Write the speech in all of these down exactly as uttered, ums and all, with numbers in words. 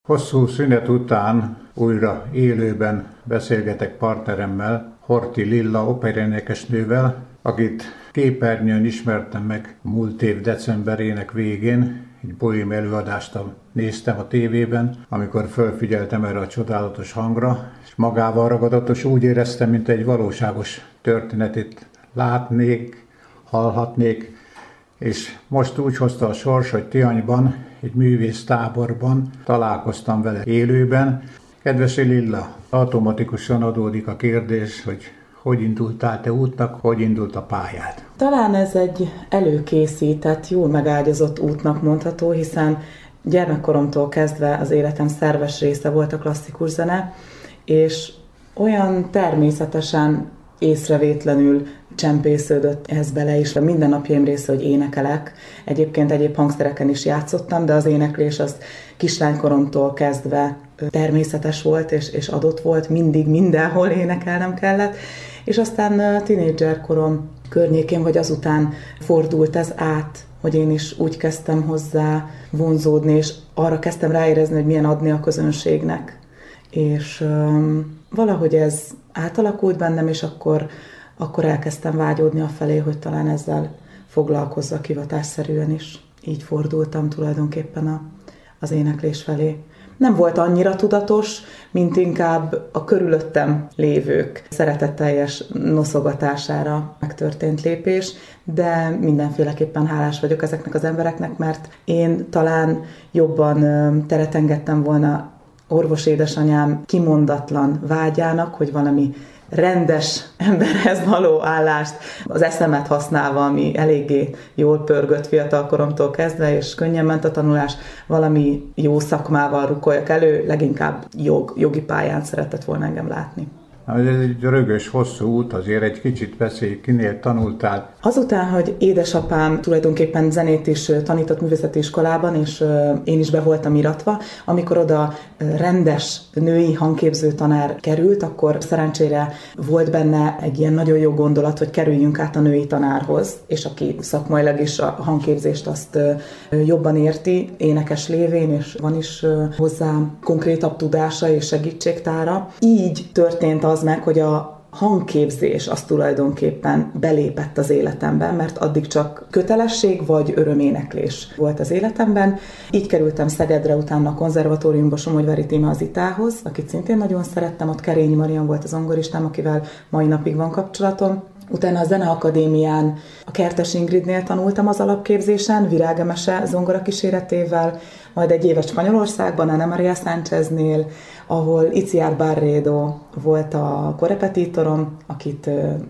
Hosszú szünet után újra élőben beszélgetek partneremmel, Horthy Lilla operaénekesnővel, akit képernyőn ismertem meg múlt év decemberének végén. Egy bohém előadást néztem a tévében, amikor felfigyeltem erre a csodálatos hangra, és magával ragadott, és úgy éreztem, mint egy valóságos történetét látnék, hallhatnék, és most úgy hozta a sors, hogy Tihanyban, egy művésztáborban találkoztam vele élőben. Kedves Lilla, automatikusan adódik a kérdés, hogy hogy indultál te útnak, hogy indult a pályád? Talán ez egy előkészített, jól megágyazott útnak mondható, hiszen gyermekkoromtól kezdve az életem szerves része volt a klasszikus zene, és olyan természetesen észrevétlenül csempésződött ez bele is. A mindennapjaim része, hogy énekelek. Egyébként egyéb hangszereken is játszottam, de az éneklés az kislánykoromtól kezdve természetes volt és, és adott volt, mindig mindenhol énekelnem kellett. És aztán tínédzserkorom környékén, vagy azután fordult ez át, hogy én is úgy kezdtem hozzá vonzódni, és arra kezdtem ráérezni, hogy milyen adni a közönségnek. És um, valahogy ez átalakult bennem, és akkor, akkor elkezdtem vágyódni afelé, hogy talán ezzel foglalkozzak hivatásszerűen is. Így fordultam tulajdonképpen a, az éneklés felé. Nem volt annyira tudatos, mint inkább a körülöttem lévők szeretetteljes noszogatására megtörtént lépés, de mindenféleképpen hálás vagyok ezeknek az embereknek, mert én talán jobban teret engedtem volna orvos édesanyám kimondatlan vágyának, hogy valami rendes emberhez való állást az eszemet használva, ami eléggé jól pörgött fiatalkoromtól kezdve, és könnyen ment a tanulás, valami jó szakmával rukoljak elő, leginkább jog, jogi pályán szeretett volna engem látni. Ez egy rögös, hosszú út, azért egy kicsit beszélj, kinél tanultál? Azután, hogy édesapám tulajdonképpen zenét is tanított művészeti iskolában, és én is be voltam iratva, amikor oda rendes női hangképző tanár került, akkor szerencsére volt benne egy ilyen nagyon jó gondolat, hogy kerüljünk át a női tanárhoz, és aki szakmailag is a hangképzést azt jobban érti, énekes lévén, és van is hozzá konkrétabb tudása és segítségtára. Így történt az meg, hogy a hangképzés az tulajdonképpen belépett az életemben, mert addig csak kötelesség vagy öröméneklés volt az életemben. Így kerültem Szegedre, utána a konzervatóriumba Somogyvári Tíme az itához, akit szintén nagyon szerettem, ott Kerényi Marian volt az zongoristám, akivel mai napig van kapcsolatom. Utána a Zeneakadémián a Kertes Ingridnél tanultam az alapképzésen, Virág Emese zongora kíséretével, majd egy évet Spanyolországban, Ana Maria Sáncheznél, ahol Itziar Barredo volt a korepetitorom, akit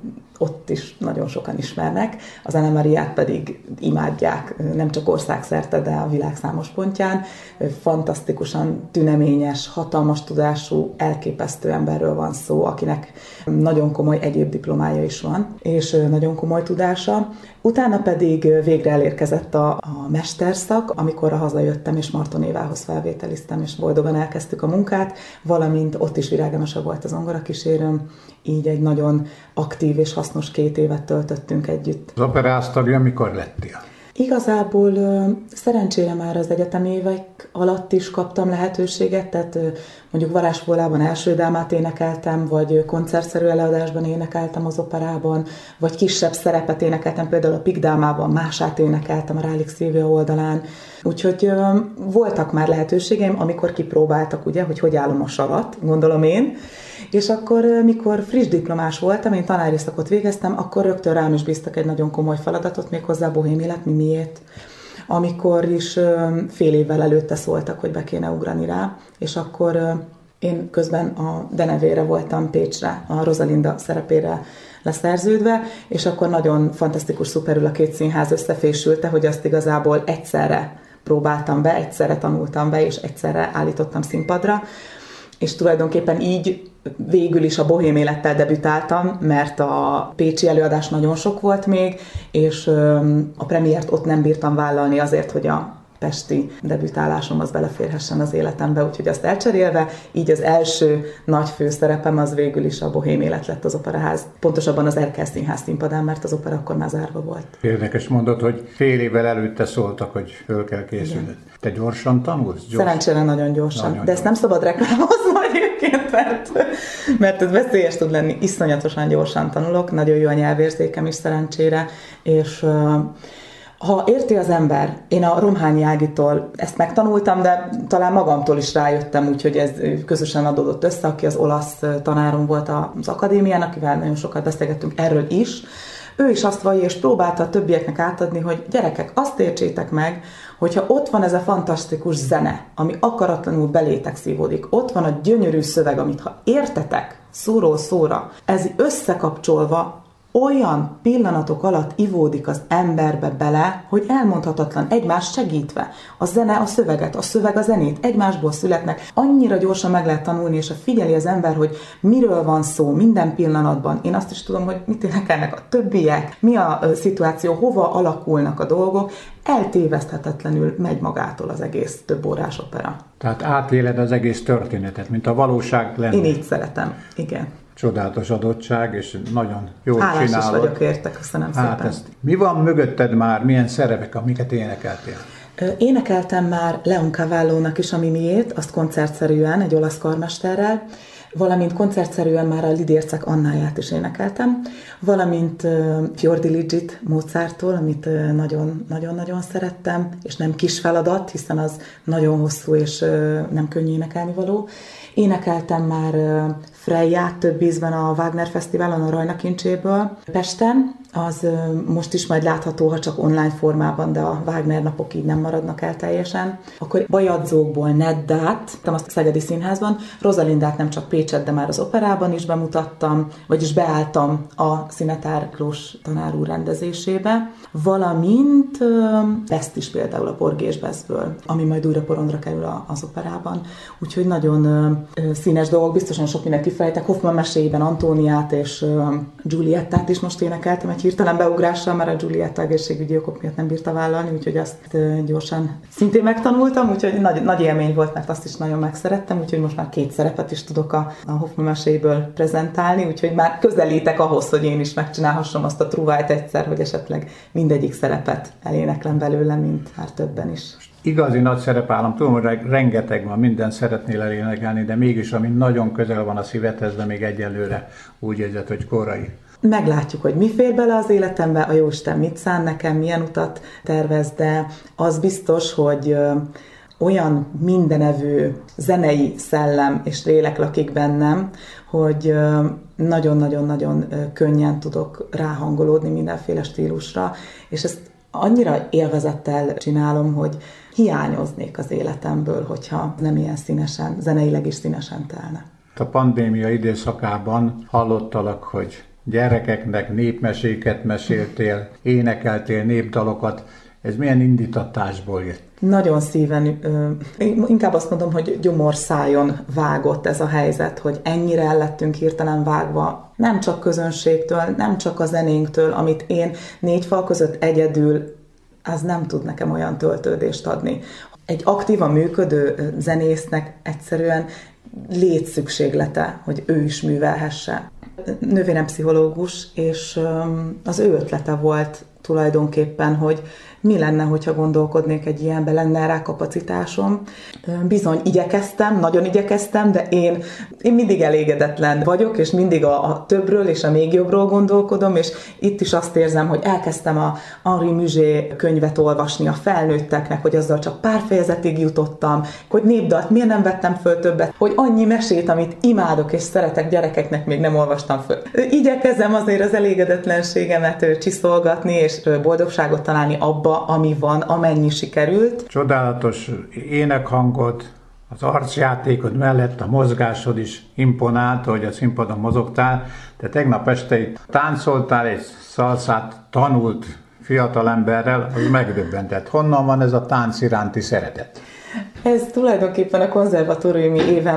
ott is nagyon sokan ismernek, az Ana Mariát pedig imádják, nem csak országszerte, de a világ számos pontján. Fantasztikusan tüneményes, hatalmas tudású, elképesztő emberről van szó, akinek nagyon komoly egyéb diplomája is van, és nagyon komoly tudása. Utána pedig végre elérkezett a, a mesterszak, amikor hazajöttem, és Marton Évához felvételiztem, és boldogan elkezdtük a munkát, valamint ott is Virág Emese volt az zongorakísérőm, így egy nagyon aktív és hasznos két évet töltöttünk együtt. Az operász tagja mikor lettél? Igazából szerencsére már az egyetemi évek alatt is kaptam lehetőséget, tehát mondjuk Varázsfólában első dámát énekeltem, vagy koncertszerű előadásban énekeltem az operában, vagy kisebb szerepet énekeltem, például a Pigdámában mását énekeltem a Rálik Szilvia oldalán. Úgyhogy voltak már lehetőségeim, amikor kipróbáltak, ugye, hogy hogy állom a sarat, gondolom én. És akkor, mikor friss diplomás voltam, én tanári szakot végeztem, akkor rögtön rám is bíztak egy nagyon komoly feladatot, méghozzá Bohém élet Mimiét, amikor is fél évvel előtte szóltak, hogy be kéne ugrani rá, és akkor én közben a denevére voltam Pécsre, a Rosalinda szerepére leszerződve, és akkor nagyon fantasztikus, szuperül a két színház összefésülte, hogy azt igazából egyszerre próbáltam be, egyszerre tanultam be, és egyszerre állítottam színpadra, és tulajdonképpen így végül is a Bohém élettel debütáltam, mert a pécsi előadás nagyon sok volt még, és a premiért ott nem bírtam vállalni azért, hogy a pesti debütálásom az beleférhessen az életembe, úgyhogy azt elcserélve, így az első nagy főszerepem az végül is a Bohém élet lett az Operaház, pontosabban az Erkel Színház színpadán, mert az opera akkor már zárva volt. Érdekes mondod, hogy fél évvel előtte szóltak, hogy föl kell készülni. Te gyorsan tanulsz? Gyors? Szerencsére nagyon gyorsan, nagyon de ezt nem szabad reklámozni egyébként, mert, mert ez veszélyes tud lenni. Iszonyatosan gyorsan tanulok, nagyon jó a nyelvérzékem is szerencsére, és ha érti az ember, én a Romhányi Ágitól ezt megtanultam, de talán magamtól is rájöttem, úgyhogy ez közösen adódott össze, aki az olasz tanárom volt az akadémián, akivel nagyon sokat beszélgettünk erről is. Ő is azt vallja, és próbálta a többieknek átadni, hogy gyerekek, azt értsétek meg, hogyha ott van ez a fantasztikus zene, ami akaratlanul belétek szívódik, ott van a gyönyörű szöveg, amit ha értetek szóról szóra, ez összekapcsolva olyan pillanatok alatt ivódik az emberbe bele, hogy elmondhatatlan, egymást segítve. A zene a szöveget, a szöveg a zenét, egymásból születnek. Annyira gyorsan meg lehet tanulni, és ha figyeli az ember, hogy miről van szó minden pillanatban, én azt is tudom, hogy mit énekelnek a többiek, mi a szituáció, hova alakulnak a dolgok, eltéveszthetetlenül megy magától az egész több órás opera. Tehát átéled az egész történetet, mint a valóság lenne. Én így szeretem, igen. Csodálatos adottság, és nagyon jól Hálás csinálod. Hálás is vagyok érte, köszönöm hát szépen. Ezt, mi van mögötted már, milyen szerepek, amiket énekeltél? Énekeltem már Leon Cavallónak is a Mimiét, azt koncertszerűen, egy olasz karmesterrel, valamint koncertszerűen már a Lidércek Annáját is énekeltem, valamint Fior di Ligit Mozarttól, amit nagyon-nagyon szerettem, és nem kis feladat, hiszen az nagyon hosszú és nem könnyű énekelni való. Énekeltem már Freyját több ízben a Wagner Fesztiválon, a Rajna kincséből Pesten, az most is majd látható, ha csak online formában, de a Wagner napok így nem maradnak el teljesen. Akkor Bajadzókból Neddát, a Szegedi Színházban, Rosalindát nem csak Pécset, de már az operában is bemutattam, vagyis beálltam a Szinetár Miklós tanár úr rendezésébe, valamint Beszt is például a Porgés Beszből, ami majd újra porondra kerül az operában. Úgyhogy nagyon színes dolgok, biztosan sok mindent kifejtek. Hoffmann meséiben Antóniát és Giuliettát is most énekeltem egy hirtelen beugrással, mert a Giulietta egészségügyi okok miatt nem bírta vállalni, úgyhogy azt gyorsan szintén megtanultam, úgyhogy nagy, nagy élmény volt, mert azt is nagyon megszerettem, úgyhogy most már két szerepet is tudok a, a Hoffmann meséiből prezentálni, úgyhogy már közelítek ahhoz, hogy én is megcsinálhassam azt a truvájt egyszer, hogy esetleg mindegyik szerepet eléneklem belőle, mint már többen is. Igazi nagy szerepállam, tudom, hogy rengeteg van, minden szeretnél elénekelni, de mégis, ami nagyon közel van a szívedhez, de még egyelőre úgy érzed, hogy korai. Meglátjuk, hogy mi fér bele az életembe, a Jóisten mit szán nekem, milyen utat tervez, de az biztos, hogy olyan mindenevő zenei szellem és lélek lakik bennem, hogy nagyon-nagyon-nagyon könnyen tudok ráhangolódni mindenféle stílusra, és ezt annyira élvezettel csinálom, hogy hiányoznék az életemből, hogyha nem ilyen színesen, zeneileg is színesen telne. A pandémia időszakában hallottalak, hogy gyerekeknek népmeséket meséltél, énekeltél népdalokat. Ez milyen indítatásból jött? Nagyon szíven, inkább azt mondom, hogy gyomorszájon vágott ez a helyzet, hogy ennyire el lettünk hirtelen vágva, nem csak közönségtől, nem csak a zenénktől, amit én négy fal között egyedül, az nem tud nekem olyan töltődést adni. Egy aktívan működő zenésznek egyszerűen létszükséglete, hogy ő is művelhesse. Nővérem pszichológus, és az ő ötlete volt tulajdonképpen, hogy mi lenne, hogyha gondolkodnék egy ilyenbe, lenne rá kapacitásom. Bizony igyekeztem, nagyon igyekeztem, de én, én mindig elégedetlen vagyok, és mindig a, a többről és a még jobbról gondolkodom, és itt is azt érzem, hogy elkezdtem a Henri Mugé könyvet olvasni a felnőtteknek, hogy azzal csak pár fejezetig jutottam, hogy népdalt miért nem vettem föl többet, hogy annyi mesét, amit imádok és szeretek, gyerekeknek még nem olvastam föl. Igyekezem azért az elégedetlenségemet csiszolgatni, és boldogságot találni abba, ami van, amennyi sikerült. Csodálatos énekhangod, az arcjátékod mellett a mozgásod is imponált, hogy a színpadon mozogtál, de tegnap este itt táncoltál egy szalszát tanult fiatalemberrel, az megdöbbentett. Honnan van ez a tánc iránti szeretet? Ez tulajdonképpen a konzervatóriumi évem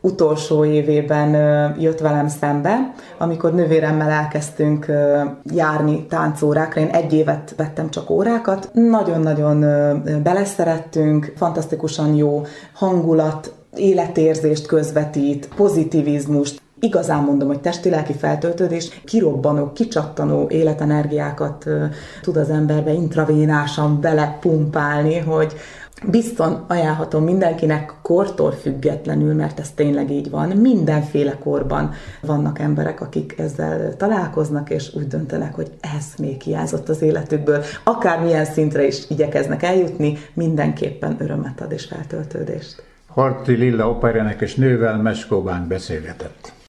utolsó évében jött velem szembe, amikor nővéremmel elkezdtünk járni táncórákra. Én egy évet vettem csak órákat. Nagyon-nagyon beleszerettünk, fantasztikusan jó hangulat, életérzést közvetít, pozitivizmust. Igazán mondom, hogy testi-lelki feltöltődés, kirobbanó, kicsattanó életenergiákat tud az emberbe intravénásan belepumpálni, hogy bizton ajánlhatom mindenkinek, kortól függetlenül, mert ez tényleg így van. Mindenféle korban vannak emberek, akik ezzel találkoznak, és úgy döntenek, hogy ez még hiányzott az életükből. Akármilyen szintre is igyekeznek eljutni, mindenképpen örömet ad és feltöltődést. Horthy Lilla operénekes nővel Meskóban beszélgetett.